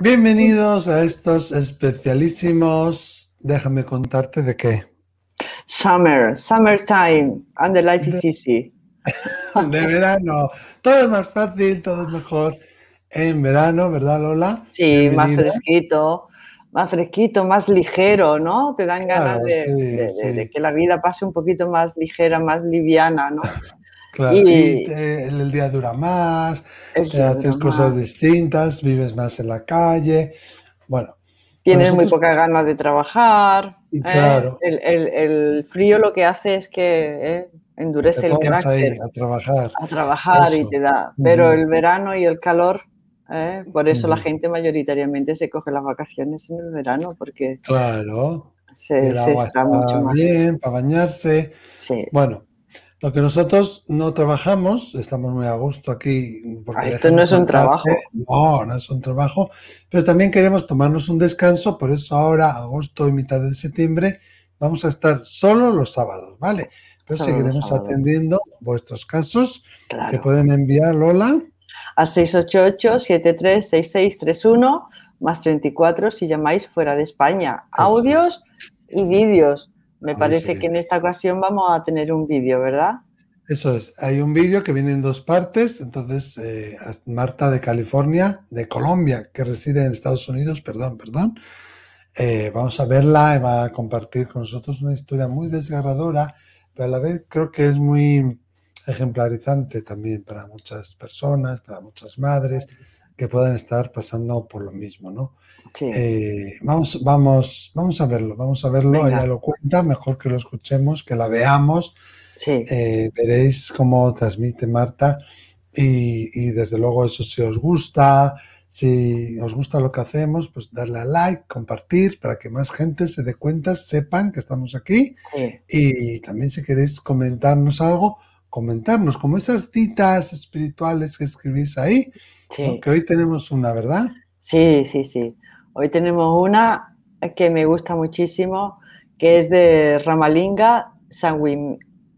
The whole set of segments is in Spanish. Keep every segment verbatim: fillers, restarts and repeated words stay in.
Bienvenidos a estos especialísimos. Déjame contarte de qué. Summer, summertime, and the life is easy. De verano. Todo es más fácil, todo es mejor en verano, ¿verdad, Lola? Sí, más Bienvenida. fresquito, más fresquito, más ligero, ¿no? Te dan ganas Claro, de, sí, de- de- de sí. que la vida pase un poquito más ligera, más liviana, ¿no? Claro. Y Y te- el día dura más, el eh, día dura haces cosas más. distintas, vives más en la calle. Bueno, pues Tienes muy nosotros, pocas ganas de trabajar, y ¿eh? claro, El, el- el frío lo que hace es que ¿eh? te endurece el pones ahí carácter a trabajar. a trabajar y Eso. te da. Pero Ujú. el verano y el calor, ¿eh? Por eso la Ujú. gente mayoritariamente se coge las vacaciones en el verano, porque Claro. Y se, el se agua está mucho está más. bien para bañarse. Sí. Bueno, lo que nosotros no trabajamos, estamos muy a gusto aquí porque Ah, esto no déjame es un contarte, trabajo. no, no es un trabajo, pero también queremos tomarnos un descanso, por eso ahora, agosto y mitad de septiembre, vamos a estar solo los sábados, ¿vale? Pero Solo los seguiremos sábados. atendiendo vuestros casos que Claro. pueden enviar, Lola. Al seis ocho ocho, siete tres seis seis tres uno más treinta y cuatro si llamáis fuera de España. Eso es, Audios y vídeos. Me audios y parece que en vídeos. esta ocasión vamos a tener un vídeo, ¿verdad? Eso es, hay un vídeo que viene en dos partes, entonces eh, Marta de California, de Colombia, que reside en Estados Unidos, perdón, perdón, eh, vamos a verla y va a compartir con nosotros una historia muy desgarradora, pero a la vez creo que es muy ejemplarizante también para muchas personas, para muchas madres que puedan estar pasando por lo mismo, ¿no? Sí. Eh, vamos, vamos, vamos a verlo, vamos a verlo, ella Venga. lo cuenta, mejor que lo escuchemos, que la veamos. Sí. Eh, veréis cómo transmite Marta y, y desde luego eso, si os gusta, si os gusta lo que hacemos, pues darle a like, compartir para que más gente se dé cuenta, sepan que estamos aquí Sí. y también si queréis comentarnos algo, comentarnos, como esas citas espirituales que escribís ahí, ¿no? Sí. Que hoy tenemos una, ¿verdad? Sí, sí, sí. Hoy tenemos una que me gusta muchísimo, que es de Ramalinga Sanguin...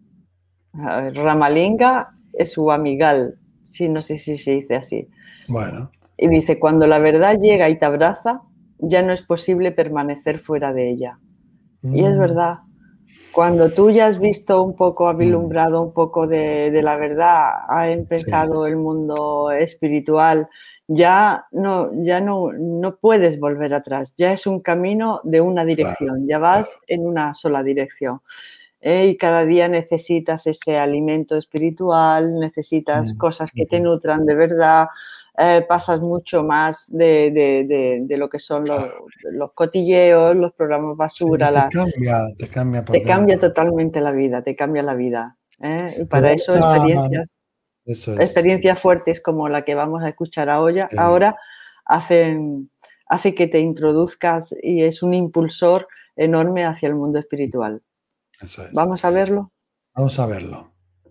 Ramalinga Suamigal. Sí, no sé si se dice así. Bueno, Y dice, cuando la verdad llega y te abraza, ya no es posible permanecer fuera de ella. Y es mm, verdad. Cuando tú ya has visto un poco, has mm, vislumbrado un poco de, de la verdad, ha sí, empezado el mundo espiritual, ya no, ya no, no puedes volver atrás, ya es un camino de una claro, dirección, ya vas claro. en una sola dirección. ¿Eh? Y cada día necesitas ese alimento espiritual, necesitas Mm, cosas que te ujú, nutran de verdad, eh, pasas mucho más de, de, de, de lo que son los, claro. los cotilleos, los programas Sí, basura, te la, cambia, te cambia por te cambia dentro. totalmente la vida, te cambia la vida, ¿eh? Y Pues para vamos eso a... experiencias, Eso es. experiencias fuertes como la que vamos a escuchar ahora, Sí, ahora hacen, hace que te introduzcas y es un impulsor enorme hacia el mundo espiritual. eso es. ¿Vamos a verlo? Vamos a verlo.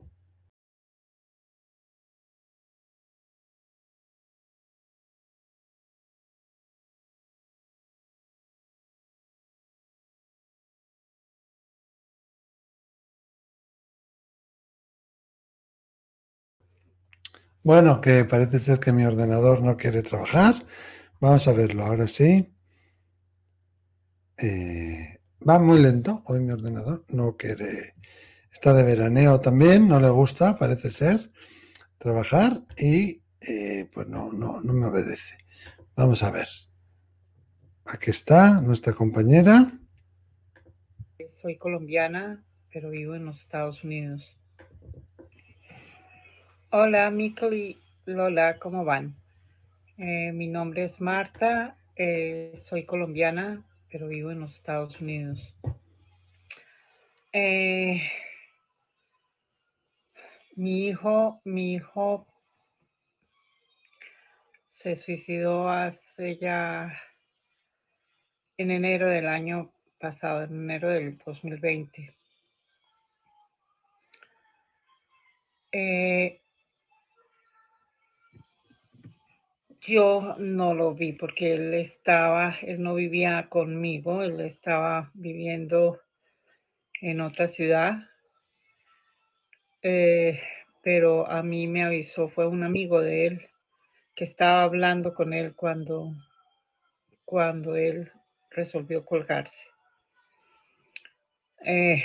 Bueno, que parece ser que mi ordenador no quiere trabajar. Vamos a verlo, ahora sí. Eh, va muy lento hoy mi ordenador, no quiere. Está de veraneo también, no le gusta, parece ser, trabajar y eh, pues no, no, no me obedece. Vamos a ver. Aquí está nuestra compañera. Soy colombiana, pero vivo en los Estados Unidos. Hola, Mikel y Lola, ¿cómo van? Eh, mi nombre es Marta, eh, soy colombiana, pero vivo en los Estados Unidos. Eh, mi hijo, mi hijo se suicidó hace ya en enero del año pasado, en enero del dos mil veinte. Eh, Yo no lo vi porque él estaba, él no vivía conmigo, él estaba viviendo en otra ciudad, eh, pero a mí me avisó, fue un amigo de él que estaba hablando con él cuando, cuando él resolvió colgarse. Eh,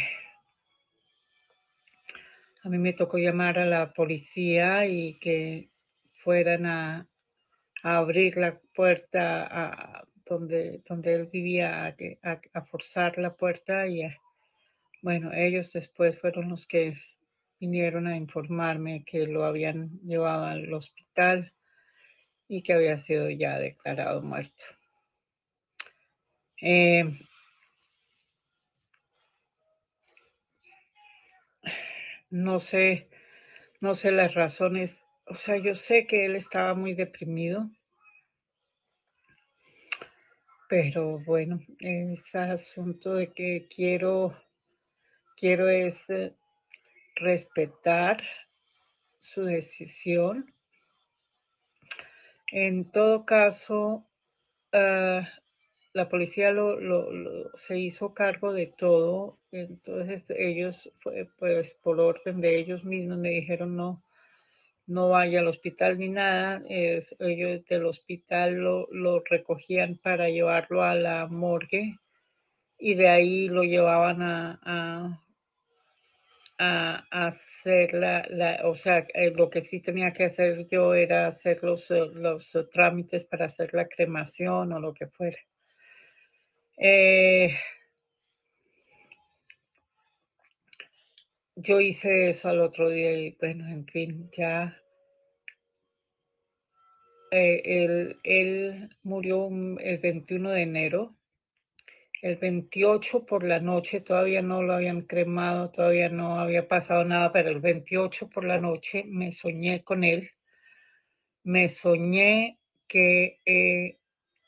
a mí me tocó llamar a la policía y que fueran a, a abrir la puerta a, donde, donde él vivía, a, a, a forzar la puerta y a, bueno, ellos después fueron los que vinieron a informarme que lo habían llevado al hospital y que había sido ya declarado muerto. Eh, no sé, no sé las razones. O sea, yo sé que él estaba muy deprimido, pero bueno, ese asunto de que quiero, quiero es eh, respetar su decisión. En todo caso, uh, la policía lo, lo, lo, se hizo cargo de todo, entonces ellos, fue, pues por orden de ellos mismos, me dijeron no, no vaya al hospital ni nada. Es, ellos del hospital lo, lo recogían para llevarlo a la morgue y de ahí lo llevaban a, a a hacer la, la, o sea, eh, lo que sí tenía que hacer yo era hacer los, eh, los eh, trámites para hacer la cremación o lo que fuera. Eh, yo hice eso al otro día y bueno, en fin, ya eh, él, él murió el veintiuno de enero. El veintiocho por la noche todavía no lo habían cremado, todavía no había pasado nada, pero el veintiocho por la noche me soñé con él. Me soñé que eh,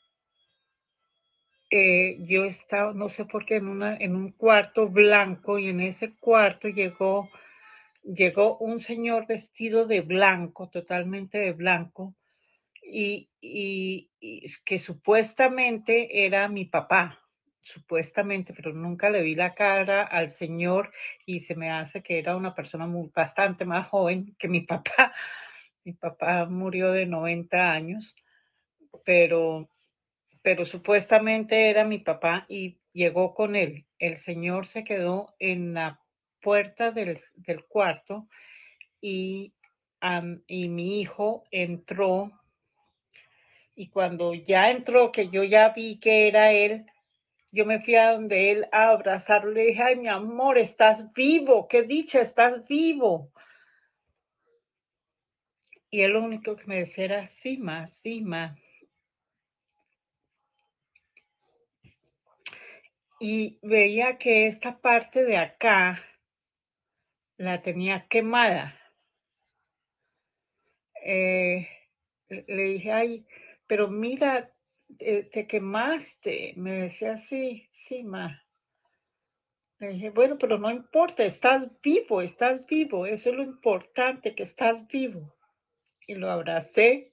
eh, yo estaba, no sé por qué, en, una, en un cuarto blanco y en ese cuarto llegó, llegó un señor vestido de blanco, totalmente de blanco, y, y, y que supuestamente era mi papá, supuestamente, pero nunca le vi la cara al señor y se me hace que era una persona muy, bastante más joven que mi papá. Mi papá murió de noventa años, pero pero supuestamente era mi papá y llegó con él. El señor se quedó en la puerta del, del cuarto y, um, y mi hijo entró y cuando ya entró, que yo ya vi que era él, yo me fui a donde él a abrazarlo y le dije, ay, mi amor, estás vivo, qué dicha, estás vivo. Y él lo único que me decía era, Sima, Sima. Y veía que esta parte de acá la tenía quemada. Eh, le dije, ay, pero mira, te, te quemaste. Me decía, sí, sí, ma. Le dije, bueno, pero no importa, estás vivo, estás vivo. Eso es lo importante, que estás vivo. Y lo abracé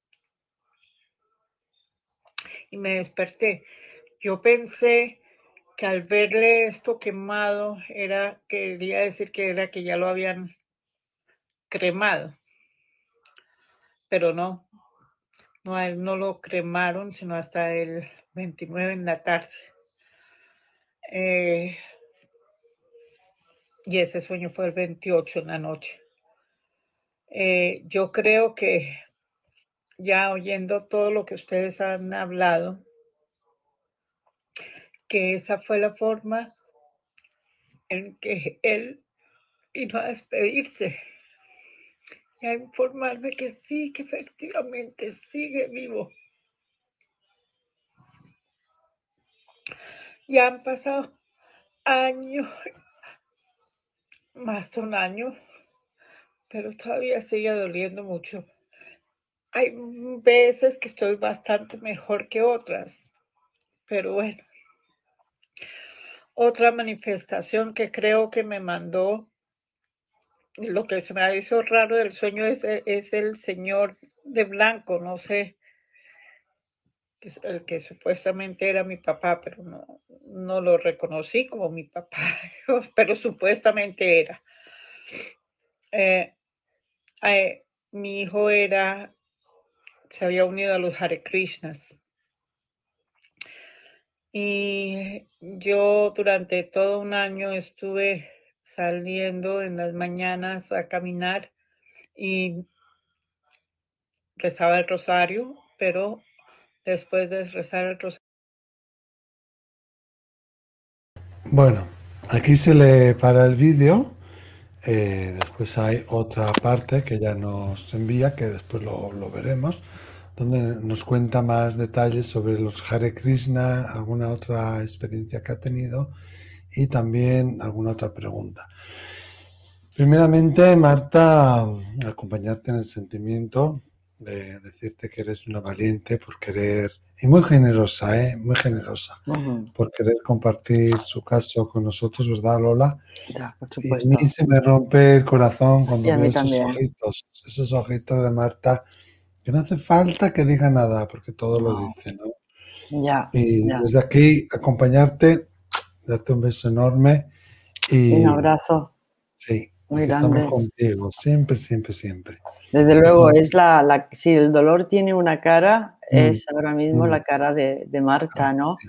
y me desperté. Yo pensé que al verle esto quemado, era, quería decir que era que ya lo habían cremado. Pero no, no, a él no lo cremaron, sino hasta el veintinueve en la tarde. Eh, y ese sueño fue el veintiocho en la noche. Eh, yo creo que ya oyendo todo lo que ustedes han hablado, que esa fue la forma en que él vino a despedirse y a informarme que sí, que efectivamente sigue vivo. Ya han pasado años, más de un año, pero todavía sigue doliendo mucho. Hay veces que estoy bastante mejor que otras, pero bueno. Otra manifestación que creo que me mandó, lo que se me hizo raro del sueño es, es el señor de blanco, no sé, es el que supuestamente era mi papá, pero no, no lo reconocí como mi papá, pero supuestamente era. Eh, eh, mi hijo era, se había unido a los Hare Krishnas. Y yo durante todo un año estuve saliendo en las mañanas a caminar y rezaba el rosario, pero después de rezar el rosario. Bueno, aquí se le para el vídeo. Eh, después hay otra parte que ya nos envía, que después lo, lo veremos, donde nos cuenta más detalles sobre los Hare Krishna, alguna otra experiencia que ha tenido y también alguna otra pregunta. Primeramente, Marta, acompañarte en el sentimiento de decirte que eres una valiente por querer, y muy generosa, ¿eh? Muy generosa, Ujú. por querer compartir su caso con nosotros, ¿verdad, Lola? Ya, por Y a mí supuesto. se me rompe el corazón Y cuando a veo mí esos también. ojitos, esos ojitos de Marta, que no hace falta que diga nada, porque todo lo No, dice, ¿no? ya, Y ya. desde aquí, acompañarte, darte un beso enorme Un y abrazo sí, muy aquí estamos grande. contigo, siempre, siempre, siempre. Desde luego, Entonces, es la, la, si el dolor tiene una cara, mm, es ahora mismo mm, la cara de, de claro Marta, que ¿no? sí,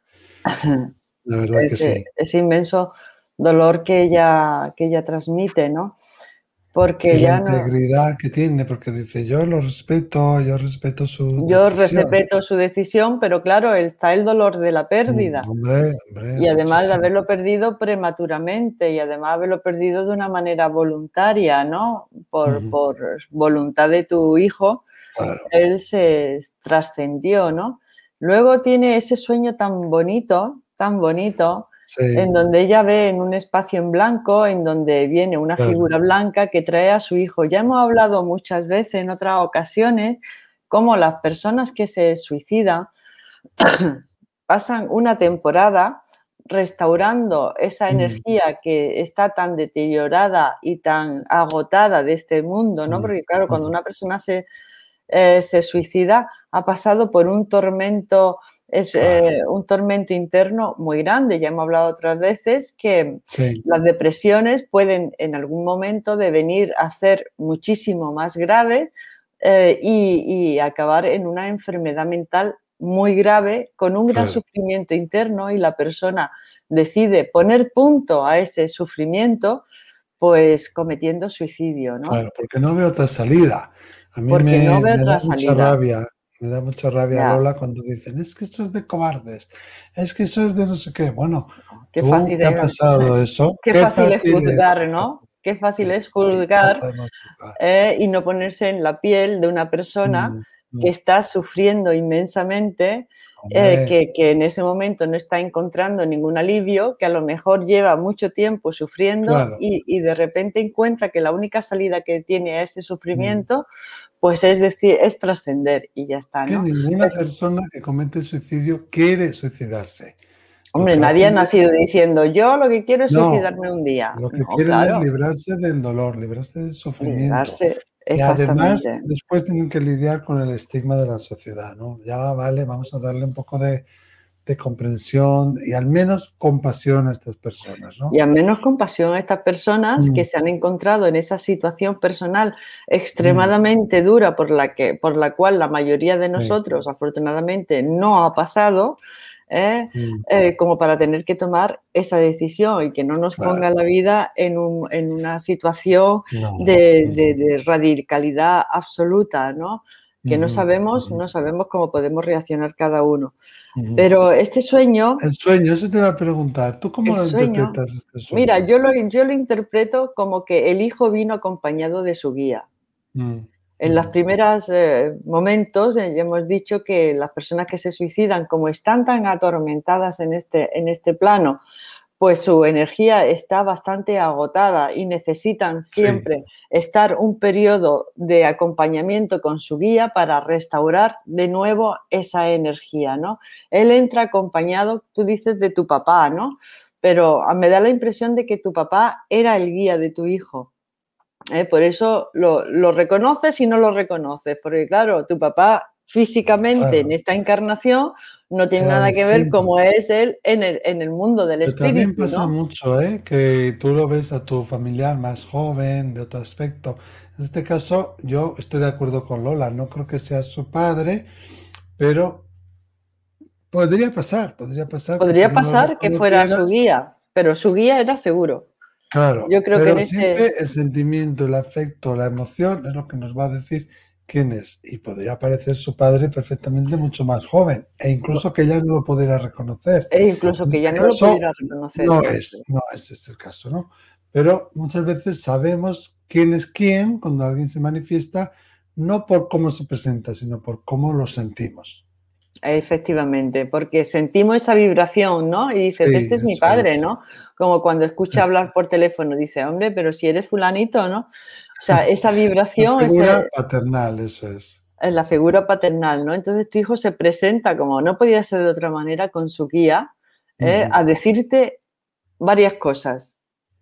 la verdad que Ese, sí. ese inmenso dolor que ella, que ella transmite, ¿no? Y Porque la ya no, integridad que tiene, porque dice, yo lo respeto, yo respeto su yo decisión. respeto su decisión, pero claro, está el dolor de la Mm, pérdida. hombre, hombre, Y además de muchísimo. haberlo perdido prematuramente y además haberlo perdido de una manera voluntaria, ¿no? Por, Ujú, por voluntad de tu hijo, claro, él se trascendió, ¿no? Luego tiene ese sueño tan bonito, tan bonito, en sí, donde ella ve en un espacio en blanco, en donde viene una claro. figura blanca que trae a su hijo. Ya hemos hablado muchas veces en otras ocasiones cómo las personas que se suicidan pasan una temporada restaurando esa Mm, energía que está tan deteriorada y tan agotada de este mundo, ¿no? mm, Porque claro, cuando ujú, una persona se, eh, se suicida, ha pasado por un tormento, es, claro, eh, un tormento interno muy grande. Ya hemos hablado otras veces que sí, las depresiones pueden en algún momento devenir a ser muchísimo más graves eh, y, y acabar en una enfermedad mental muy grave, con un gran claro, sufrimiento interno y la persona decide poner punto a ese sufrimiento, pues cometiendo suicidio, ¿no? claro, porque no veo otra salida. A mí Porque no me, ve me da otra mucha salida. rabia, me da mucha rabia, Ya. Lola, cuando dicen, es que eso es de cobardes, es que eso es de no sé qué. Bueno, Qué tú fácil te ha es, pasado eso, qué qué fácil es fácil es, qué juzgar, fácil. ¿no? Qué fácil Sí, es sí, no juzgar podemos juzgar. eh, y no ponerse en la piel de una persona Mm, que mm, está sufriendo inmensamente, eh, hombre, que, que en ese momento no está encontrando ningún alivio, que a lo mejor lleva mucho tiempo sufriendo claro. y, y de repente encuentra que la única salida que tiene a ese Mm. sufrimiento, pues es decir, es trascender y ya está, Que ¿no? ninguna persona que comete suicidio quiere suicidarse. Lo Hombre, que nadie ha hacen es, nacido diciendo yo lo que quiero es no, suicidarme un día. lo que No, quieren es claro, librarse del dolor, librarse del sufrimiento. liberarse, Y además, exactamente. después tienen que lidiar con el estigma de la sociedad, ¿no? Ya vale, vamos a darle un poco de, de comprensión y al menos compasión a estas personas, Y ¿no? al menos compasión a estas personas que Mm, se han encontrado en esa situación personal mm, extremadamente dura por la, que, por la cual la mayoría de sí, nosotros afortunadamente no ha pasado, ¿eh? mm, Eh, como para tener que tomar esa decisión y que no nos ponga claro, la vida en, un, en una situación no. de, de, Ujú, de radicalidad absoluta, ¿no? Que no ujú, sabemos, ujú, no sabemos cómo podemos reaccionar cada uno. ujú. Pero este sueño El sueño, eso te iba a preguntar, ¿tú cómo el lo sueño, interpretas este mira, sueño? yo lo, yo lo interpreto como que el hijo vino acompañado de su guía. Mm, En los ujú, primeros eh, momentos eh, ya hemos dicho que las personas que se suicidan, como están tan atormentadas en este, en este plano, pues su energía está bastante agotada y necesitan sí, siempre estar un periodo de acompañamiento con su guía para restaurar de nuevo esa energía, ¿no? Él entra acompañado, tú dices, de tu papá, ¿no? Pero ah, me da la impresión de que tu papá era el guía de tu hijo. ¿Eh? Por eso lo, lo reconoces y no lo reconoces, porque claro, tu papá físicamente en claro, esta encarnación no tiene era nada que ver distinto. cómo es él en el, en el mundo del Pero también espíritu, pasa ¿no? mucho, ¿eh? Que tú lo ves a tu familiar más joven, de otro aspecto. En este caso, yo estoy de acuerdo con Lola, no creo que sea su padre, pero Podría pasar, podría pasar que Podría tú no lo pasar que fuera su reconocieras. guía, pero su guía era seguro. Claro, Yo creo que en pero este... siempre el sentimiento, el afecto, la emoción es lo que nos va a decir quién es. Y podría parecer su padre perfectamente mucho más joven, e incluso que ella no lo pudiera reconocer. E incluso En que ya este no lo caso, pudiera reconocer. no Eso es, es. no ese es el caso, ¿no? Pero muchas veces sabemos quién es quién cuando alguien se manifiesta, no por cómo se presenta, sino por cómo lo sentimos. Efectivamente, porque sentimos esa vibración, ¿no? Y dices, Sí, este es mi eso padre, es. ¿no? Como cuando escucha hablar por teléfono, dice, hombre, pero si eres fulanito, ¿no? O sea, esa La vibración, figura ese, paternal, eso es. es la figura paternal, ¿no? Entonces tu hijo se presenta como no podía ser de otra manera con su guía, ¿eh? Ujú. A decirte varias cosas.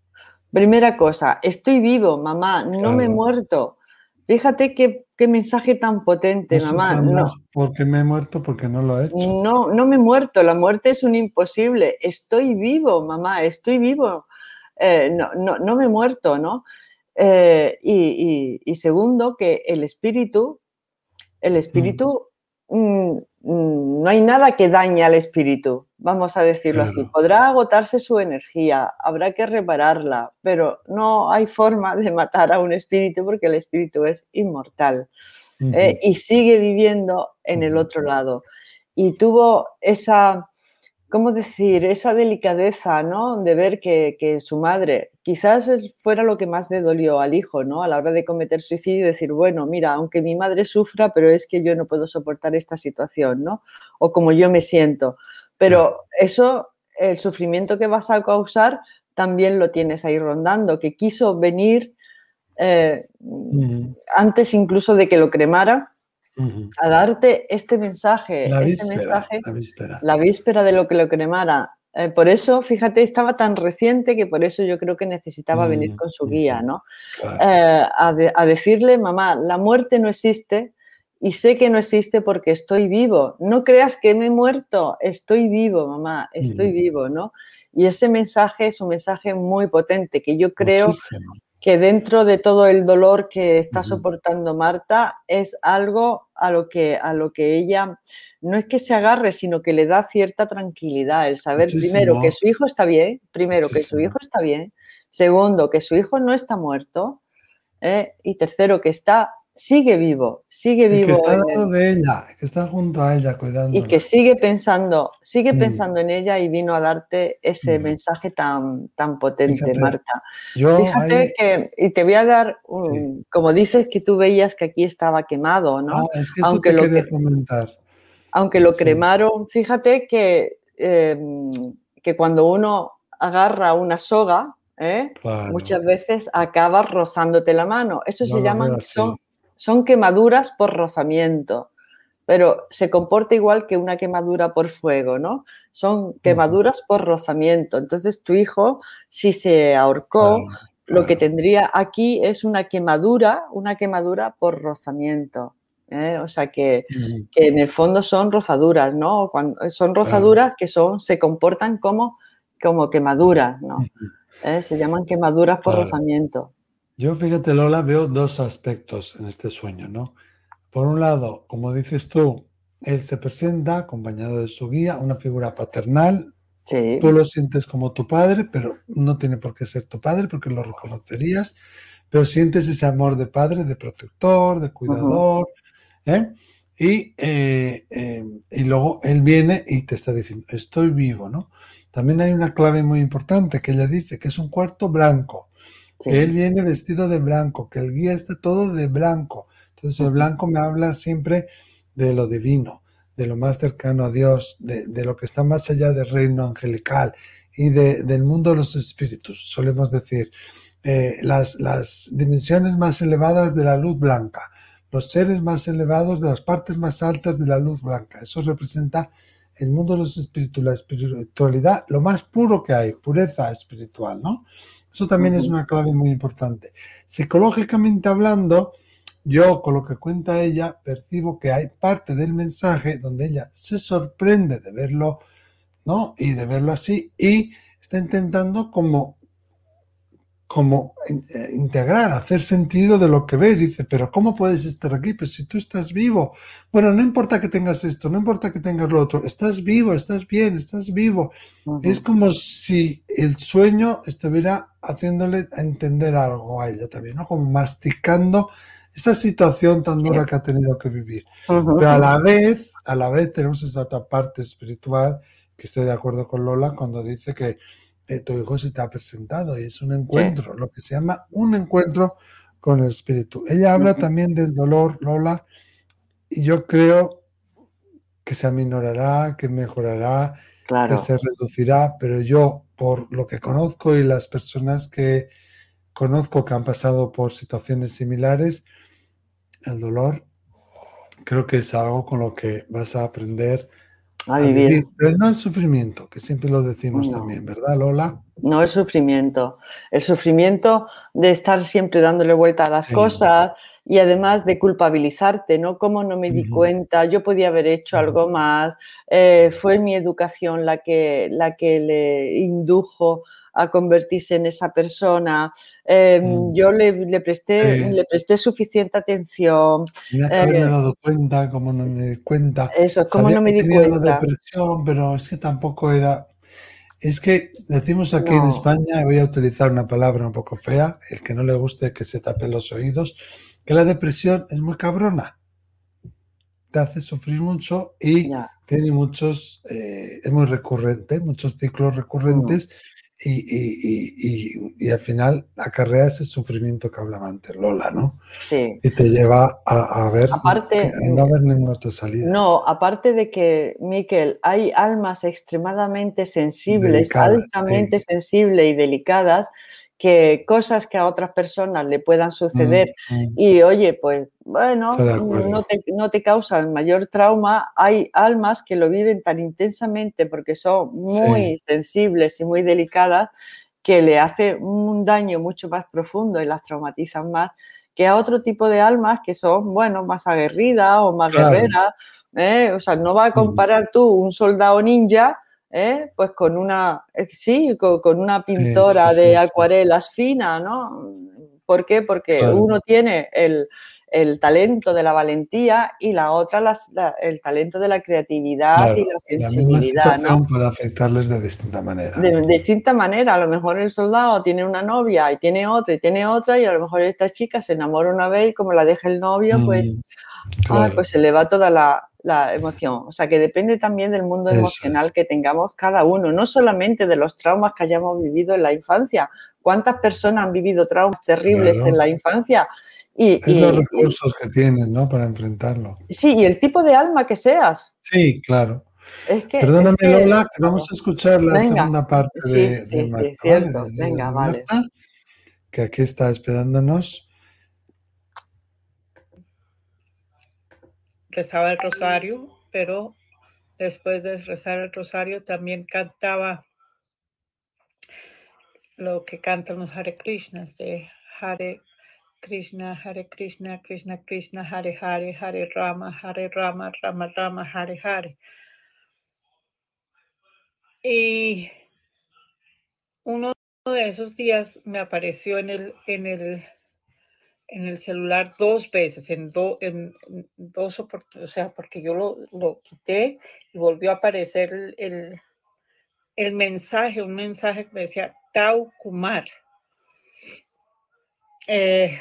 Primera cosa, estoy vivo, mamá, no me he Claro. muerto. Fíjate qué, qué mensaje tan No potente, mamá. sufra No, más porque me he muerto, porque no lo he hecho. no, no me he muerto, la muerte es un imposible. Estoy vivo, mamá, estoy vivo. Eh, no, no, no me he muerto, ¿no? Eh, y, y- y segundo, que el espíritu, el Mm, espíritu, mm, mm, no hay nada que dañe al espíritu, vamos a decirlo así. claro. Podrá agotarse su energía, habrá que repararla, pero no hay forma de matar a un espíritu porque el espíritu es inmortal, ¿eh? Ujú, Y sigue viviendo en el ujú. otro lado. Y tuvo esa, ¿cómo decir? Esa delicadeza, ¿no? De ver que, que su madre, quizás fuera lo que más le dolió al hijo, ¿no? A la hora de cometer suicidio, decir, bueno, mira, aunque mi madre sufra, pero es que yo no puedo soportar esta situación, ¿no? O como yo me siento. Ya. Pero eso, el sufrimiento que vas a causar, también lo tienes ahí rondando, que quiso venir eh, Ujú, antes incluso de que lo cremara, ujú. a darte este mensaje, La este víspera, mensaje la víspera. la víspera de lo que lo cremara. Eh, por eso, fíjate, estaba tan reciente que por eso yo creo que necesitaba venir Mm, con su guía, ujú. ¿no? Claro. Eh, a, de- a decirle, mamá, la muerte no existe y sé que no existe porque estoy vivo. No creas que me he muerto, estoy vivo, mamá, estoy Ujú. vivo, ¿no? Y ese mensaje es un mensaje muy potente que yo creo Muchísimo. que dentro de todo el dolor que está Ujú, soportando Marta es algo a lo que, a lo que ella no es que se agarre, sino que le da cierta tranquilidad el saber, primero, que muchísimo, su hijo está bien, primero, que su muchísimo. hijo está bien, segundo, que su hijo no está muerto, ¿eh? Y tercero, que está, sigue vivo, sigue Y que vivo está al en lado él de ella, que está junto a ella y que cuidándola. sigue pensando, sigue Mm, pensando en ella y vino a darte ese ujú. mensaje tan, tan potente, Fíjate, Marta. yo Fíjate ahí que, y te voy a dar, sí. un- como dices que tú veías que aquí estaba quemado, Ah, ¿no? es que eso Aunque te lo, quería que, comentar. aunque lo Sí, cremaron, fíjate que, eh, que cuando uno agarra una soga, ¿eh? claro. Muchas veces acaba rozándote la mano. Eso Yo se lo llaman, veo así. son, son quemaduras por rozamiento, pero se comporta igual que una quemadura por fuego, ¿no? Son Ujú. quemaduras por rozamiento. Entonces tu hijo, si se ahorcó, Claro, lo que claro. tendría aquí es una quemadura, una quemadura por rozamiento, ¿eh? O sea que, Ujú. que en el fondo son rozaduras, ¿no? Cuando, son Claro. rozaduras que son, se comportan como, como quemaduras, ¿no? Ujú. ¿Eh? Se llaman quemaduras por Claro. rozamiento. Yo, fíjate, Lola, veo dos aspectos en este sueño, ¿no? Por un lado, como dices tú, él se presenta acompañado de su guía, una figura paternal. Tú Sí. lo sientes como tu padre, pero no tiene por qué ser tu padre porque lo reconocerías, pero sientes ese amor de padre, de protector, de Ujú. cuidador, ¿eh? Y, eh, eh, y luego él viene y te está diciendo, estoy vivo, ¿no? También hay una clave muy importante que ella dice, que es un cuarto blanco, que él Sí. viene vestido de blanco, que el guía está todo de blanco. Entonces el Ujú. blanco me habla siempre de lo divino, de lo más cercano a Dios, de, de lo que está más allá del reino angelical y de, del mundo de los espíritus, solemos decir, eh, las, las dimensiones más elevadas de la luz blanca, los seres más elevados de las partes más altas de la luz blanca. Eso representa el mundo de los espíritus, la espiritualidad, lo más puro que hay, pureza espiritual, ¿no? Eso también es Ujú. una clave muy importante. Psicológicamente hablando, yo con lo que cuenta ella percibo que hay parte del mensaje donde ella se sorprende de verlo, ¿no? Y de verlo así y está intentando como como eh, integrar, hacer sentido de lo que ve. Dice, pero ¿cómo puedes estar aquí? Pues si tú estás vivo. Bueno, no importa que tengas esto, no importa que tengas lo otro, estás vivo, estás bien, estás vivo. Es Ujú. como si el sueño estuviera haciéndole a entender algo a ella también, ¿no? Como masticando esa situación tan Sí. dura que ha tenido que vivir. Ujú. Pero a la vez, a la vez tenemos esa otra parte espiritual, que estoy de acuerdo con Lola cuando dice que eh, tu hijo se te ha presentado y es un Sí. encuentro, lo que se llama un encuentro con el espíritu. Ella habla Ujú. también del dolor, Lola, y yo creo que se aminorará, que mejorará, que Claro. se reducirá, pero yo, por lo que conozco y las personas que conozco que han pasado por situaciones similares, el dolor creo que es algo con lo que vas a aprender A a vivir. vivir, pero no el sufrimiento, que siempre lo decimos No. también, ¿verdad, Lola? No el sufrimiento. El sufrimiento de estar siempre dándole vuelta a las Sí. cosas y además de culpabilizarte, ¿no? ¿Cómo no me di Ujú. cuenta? Yo podía haber hecho Ujú. algo más. Eh, fue mi educación la que, la que le indujo a convertirse en esa persona. Eh, Mm. yo le, le presté, Sí. le presté suficiente atención. Tenía que haberme Eh, dado cuenta, como no me di cuenta. eso, ¿cómo Sabía no me que di tenía una cuenta? depresión, pero es que tampoco era. Es que decimos aquí en No, España, y voy a utilizar una palabra un poco fea, el que no le guste que se tape los oídos, que la depresión es muy cabrona, te hace sufrir mucho y ya. tiene muchos, eh, es muy recurrente, muchos ciclos Mm, recurrentes y, y- y- y- y al final acarrea ese sufrimiento que hablaba antes Lola, ¿no? sí. Y te lleva a, a ver que Aparte, a no ver ninguna otra salida. no, aparte de que, Miquel, hay almas extremadamente sensibles, Delicadas, altamente sí. sensibles y delicadas, que cosas que a otras personas le puedan Mm, suceder mm, y, oye, pues estoy bueno, de no acuerdo. te, no te causan mayor trauma. Hay almas que lo viven tan intensamente porque son Sí, muy sensibles y muy delicadas que le hace un daño mucho más profundo y las traumatizan más que a otro tipo de almas que son, bueno, más aguerridas o más claro. guerreras. ¿Eh? O sea, no va a Mm, comparar tú un soldado ninja, ¿eh? Pues con una, eh, sí, con, con una sí, sí, pintora de sí, sí, acuarelas fina, ¿no? ¿Por qué? Porque claro. uno tiene el, el talento de la valentía y la otra las, la, el talento de la creatividad y Claro, la la misma sensibilidad, ¿no? situación puede afectarles de distinta manera. De, de distinta manera, a lo mejor el soldado tiene una novia y tiene otra y tiene otra y a lo mejor esta chica se enamora una vez y como la deja el novio, pues Mm, ay, claro, pues se le va toda la, la emoción. O sea, que depende también del mundo eso es. emocional que tengamos cada uno, no solamente de los traumas que hayamos vivido en la infancia. ¿Cuántas personas han vivido traumas terribles en Claro, la infancia? Y, es los y- y- recursos que tienen, ¿no? Para enfrentarlo. sí, y el tipo de alma que seas. Sí, claro. Es que, es Perdóname, que, Lola, que vamos vamos, a escuchar la venga. segunda parte Sí, de, de sí, sí, Marta, ¿vale? cierto. Del vídeo Venga, de vale. Marta, que aquí está esperándonos. Rezaba el rosario, pero después de rezar el rosario también cantaba lo que cantan los Hare Krishnas, de Hare Krishna, Hare Krishna, Krishna Krishna, Hare Hare, Hare Rama, Hare Rama, Rama Rama, Hare Hare. Y uno de esos días me apareció en el, en el, en el celular dos veces, en, do, en, en dos oportunidades, o sea, porque yo lo, lo quité y volvió a aparecer el, el, el mensaje, un mensaje que me decía Tau Kumar. Eh,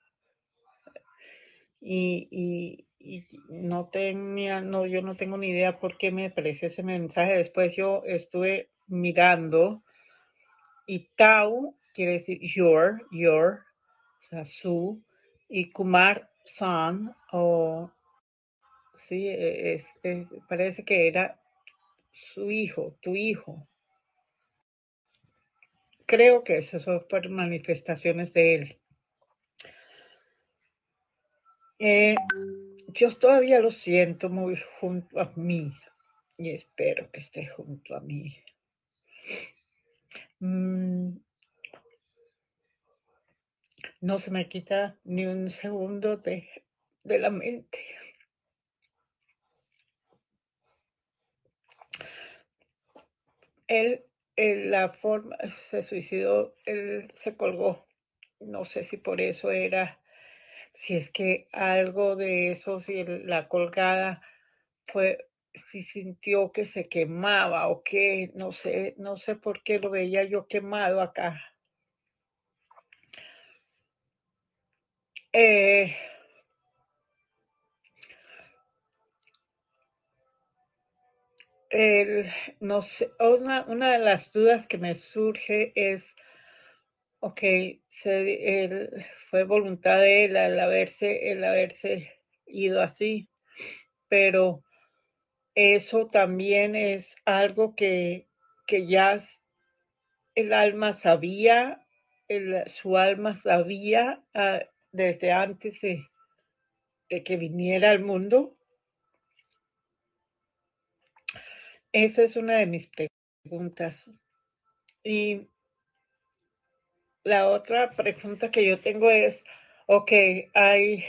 y, y, y, no tenía, no, yo no tengo ni idea por qué me apareció ese mensaje. Después yo estuve mirando y Tau quiere decir your, your, o sea, su, y Kumar, son, o sí, es, es, parece que era su hijo, tu hijo. Creo que esas son por manifestaciones de él. Eh, yo todavía lo siento muy junto a mí y espero que esté junto a mí. Mm, no se me quita ni un segundo de, de la mente. Él en la forma se suicidó, él se colgó. No sé si por eso era, si es que algo de eso, si el la colgada fue, si sintió que se quemaba o qué, no sé, no sé por qué lo veía yo quemado acá. Eh el no sé, una una de las dudas que me surge es, okey, se él fue voluntad de él el haberse el haberse ido así, pero eso también es algo que que ya s el alma sabía, el su alma sabía, ah, desde antes de de que viniera al mundo. Esa es una de mis preguntas. Y la otra pregunta que yo tengo es, okey, hay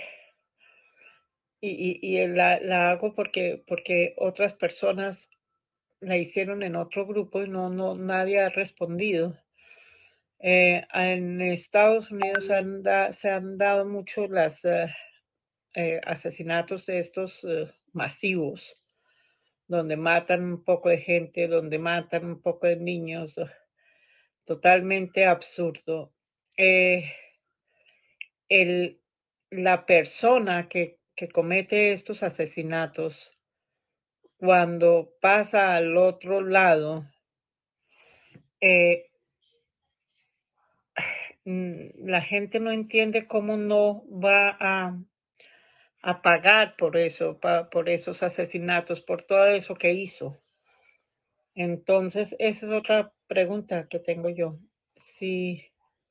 y y y la la hago porque porque otras personas la hicieron en otro grupo y no no nadie ha respondido. Eh, en Estados Unidos se han da se han dado mucho las, eh, eh, asesinatos de estos, eh, masivos, donde matan un poco de gente, donde matan un poco de niños, eh, totalmente absurdo. Eh, el la persona que que comete estos asesinatos, cuando pasa al otro lado, eh mm, la gente no entiende cómo no va a a pagar por eso, pa por esos asesinatos, por todo eso que hizo. Entonces, esa es otra pregunta que tengo yo. Si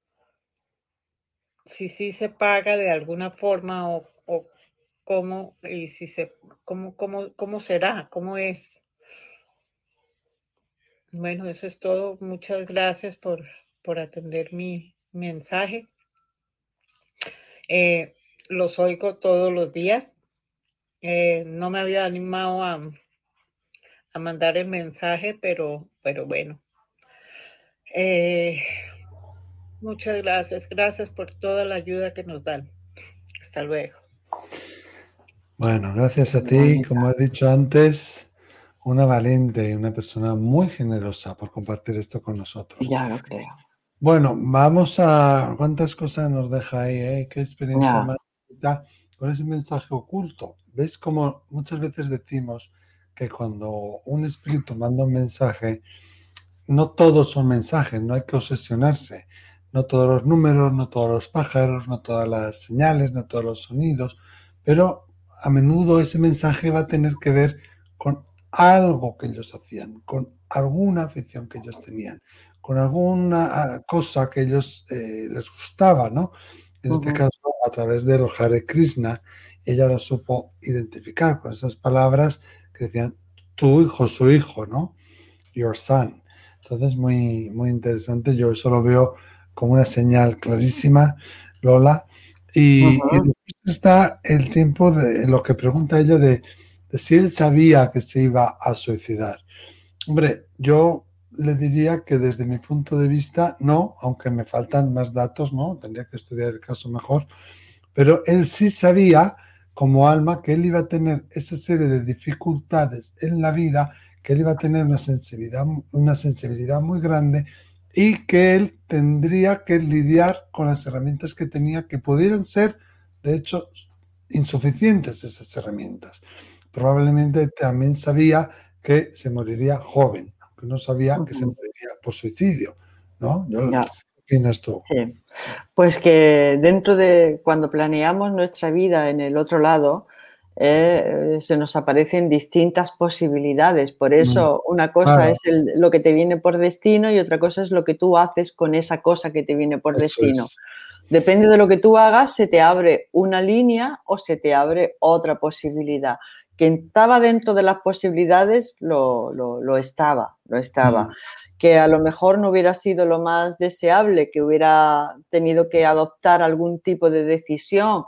si sí se paga de alguna forma o o cómo, y si se cómo cómo cómo será, cómo es. Bueno, eso es todo. Muchas gracias por por atender mi mensaje. Eh, los oigo todos los días. Eh, no me había animado a a mandar el mensaje, pero pero bueno. Eh, muchas gracias. Gracias por toda la ayuda que nos dan. Hasta luego. Bueno, gracias a Muy ti, bonita. como he dicho antes, una valiente y una persona muy generosa por compartir esto con nosotros. Ya lo creo. Bueno, vamos a cuántas cosas nos deja ahí, ¿eh? Qué experiencia Ya. más bonita con ese mensaje oculto. ¿Ves cómo muchas veces decimos que cuando un espíritu manda un mensaje, no todos son mensajes, no hay que obsesionarse. No todos los números, no todos los pájaros, no todas las señales, no todos los sonidos, pero a menudo ese mensaje va a tener que ver con algo que ellos hacían, con alguna afición que ellos tenían, con alguna ah, cosa que ellos eh, les gustaba, ¿no? En este Ujú. caso, a través del Hare Krishna, ella lo supo identificar con esas palabras que decían tu hijo, su hijo, ¿no? Your son. Entonces, muy, muy interesante. Yo eso lo veo como una señal clarísima, Lola. Y, y Ujú. después está el tiempo de lo que pregunta ella de, de si él sabía que se iba a suicidar. Hombre, yo le diría que desde mi punto de vista, no, aunque me faltan más datos, ¿no? Tendría que estudiar el caso mejor, pero él sí sabía como alma que él iba a tener esa serie de dificultades en la vida, que él iba a tener una sensibilidad, una sensibilidad muy grande y que él tendría que lidiar con las herramientas que tenía, que pudieran ser, de hecho, insuficientes esas herramientas. Probablemente también sabía que se moriría joven, aunque no sabía que se Ujú. moriría por suicidio, ¿no? Yo, Ya. ¿qué opinas tú? Sí. Pues que dentro de cuando planeamos nuestra vida en el otro lado, eh, se nos aparecen distintas posibilidades. Por Mm, eso una cosa claro, es el lo que te viene por destino y otra cosa es lo que tú haces con esa cosa que te viene por eso destino. es. Depende de lo que tú hagas, se te abre una línea o se te abre otra posibilidad. Que estaba dentro de las posibilidades, lo lo lo estaba, lo estaba. Mm, Que a lo mejor no hubiera sido lo más deseable, que hubiera tenido que adoptar algún tipo de decisión,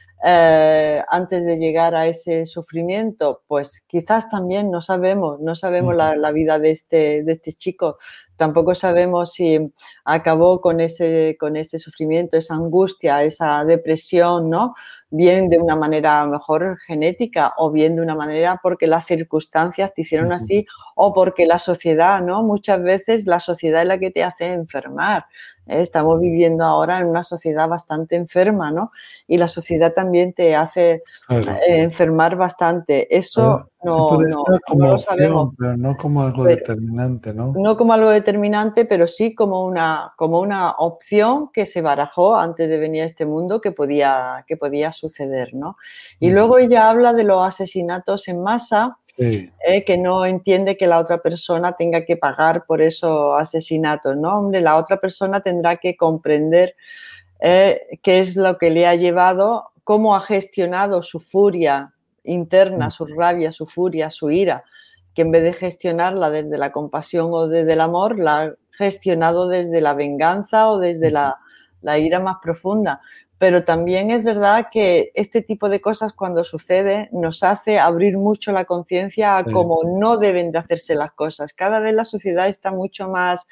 eh, antes de llegar a ese sufrimiento, pues quizás también no sabemos, no sabemos mm, la la vida de este de este chico. tampoco sabemos si acabó con ese, con ese sufrimiento, esa angustia, esa depresión, ¿no? Bien de una manera a lo mejor genética o bien de una manera porque las circunstancias te hicieron así o porque la sociedad, ¿no? Muchas veces la sociedad es la que te hace enfermar. ¿eh? Estamos viviendo ahora en una sociedad bastante enferma, ¿no? Y la sociedad también te hace Claro. eh, enfermar bastante. Eso Sí no, puede no, ser no como lo sabemos. opción, pero no como algo Pero, determinante, ¿no? no como algo determinante, pero sí como una, como una opción que se barajó antes de venir a este mundo que podía, que podía suceder, ¿no? Y Ujú. luego ella habla de los asesinatos en masa, Sí. eh, que no entiende que la otra persona tenga que pagar por esos asesinatos, ¿no? Hombre, la otra persona tendrá que comprender eh, qué es lo que le ha llevado, cómo ha gestionado su furia interna, Mm. su rabia, su furia, su ira, que en vez de gestionarla desde la compasión o desde el amor, la ha gestionado desde la venganza o desde la, la ira más profunda. Pero también es verdad que este tipo de cosas cuando sucede nos hace abrir mucho la conciencia a Sí. cómo no deben de hacerse las cosas. Cada vez la sociedad está mucho más,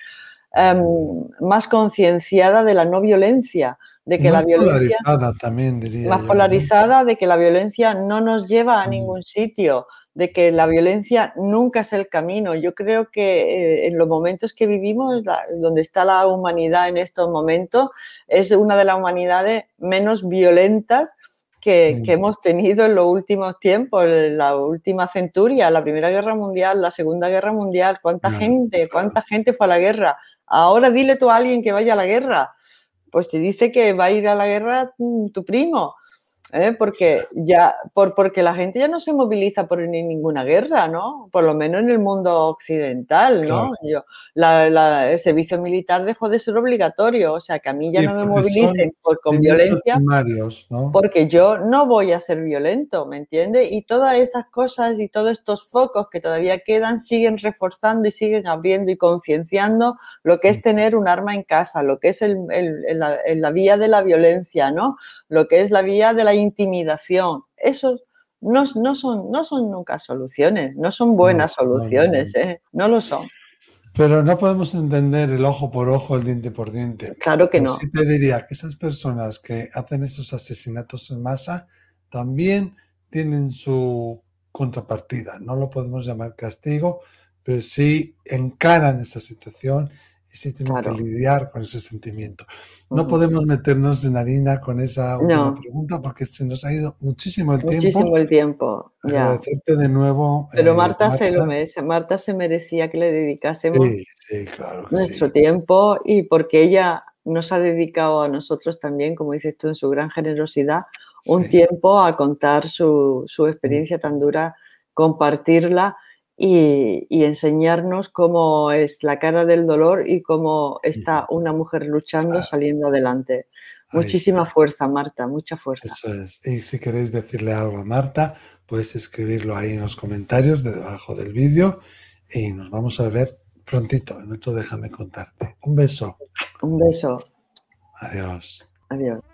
um, más concienciada de la no violencia, de Y que la más violencia polarizada también, diría más yo, ¿no? polarizada, de que la violencia no nos lleva a Mm. ningún sitio, de que la violencia nunca es el camino. Yo creo que eh, en los momentos que vivimos, la, donde está la humanidad en estos momentos, es una de las humanidades menos violentas que, Mm. que hemos tenido en los últimos tiempos, en la última centuria, la Primera Guerra Mundial, la Segunda Guerra Mundial. ¿Cuánta Claro, gente, claro. cuánta gente fue a la guerra? Ahora dile tú a alguien que vaya a la guerra. Pues te dice que va a ir a la guerra tu primo, ¿eh? Porque ya, por, porque la gente ya no se moviliza por ni ninguna guerra, ¿no? Por lo menos en el mundo occidental, Claro. ¿no? Yo, la, la, el servicio militar dejó de ser obligatorio, o sea que a mí ya Sí, no me porque son movilicen por, con sentimientos violencia, primarios, ¿no? porque yo no voy a ser violento, ¿me entiendes? Y todas esas cosas y todos estos focos que todavía quedan siguen reforzando y siguen abriendo y concienciando lo que es tener un arma en casa, lo que es el, el, el, la, la vía de la violencia, ¿no? Lo que es la vía de la intimidación. Eso no, no, son, no son nunca soluciones, no son buenas No, no, no, no. soluciones, ¿eh? No lo son. Pero no podemos entender el ojo por ojo, el diente por diente. Claro que Pero no. sí te diría que esas personas que hacen esos asesinatos en masa también tienen su contrapartida. No lo podemos llamar castigo, pero sí encaran esa situación y sí tienen que Claro. lidiar con ese sentimiento. No Uh-huh. podemos meternos en harina con esa última No. pregunta porque se nos ha ido muchísimo el tiempo. Muchísimo el tiempo, ya. Agradecerte de nuevo, Pero eh, Marta se lo Marta. merece, Marta se merecía que le dedicásemos Sí, sí, claro que nuestro sí. tiempo y porque ella nos ha dedicado a nosotros también, como dices tú, en su gran generosidad, un Sí. tiempo a contar su, su Mm. experiencia tan dura, compartirla y, y enseñarnos cómo es la cara del dolor y cómo está Ujú. una mujer luchando, Claro, saliendo adelante. ahí está. Muchísima fuerza, Marta, mucha fuerza. Eso es. Y si queréis decirle algo a Marta, puedes escribirlo ahí en los comentarios de debajo del vídeo y nos vamos a ver prontito en otro Déjame Contarte. Un beso. Un beso. Adiós. Adiós.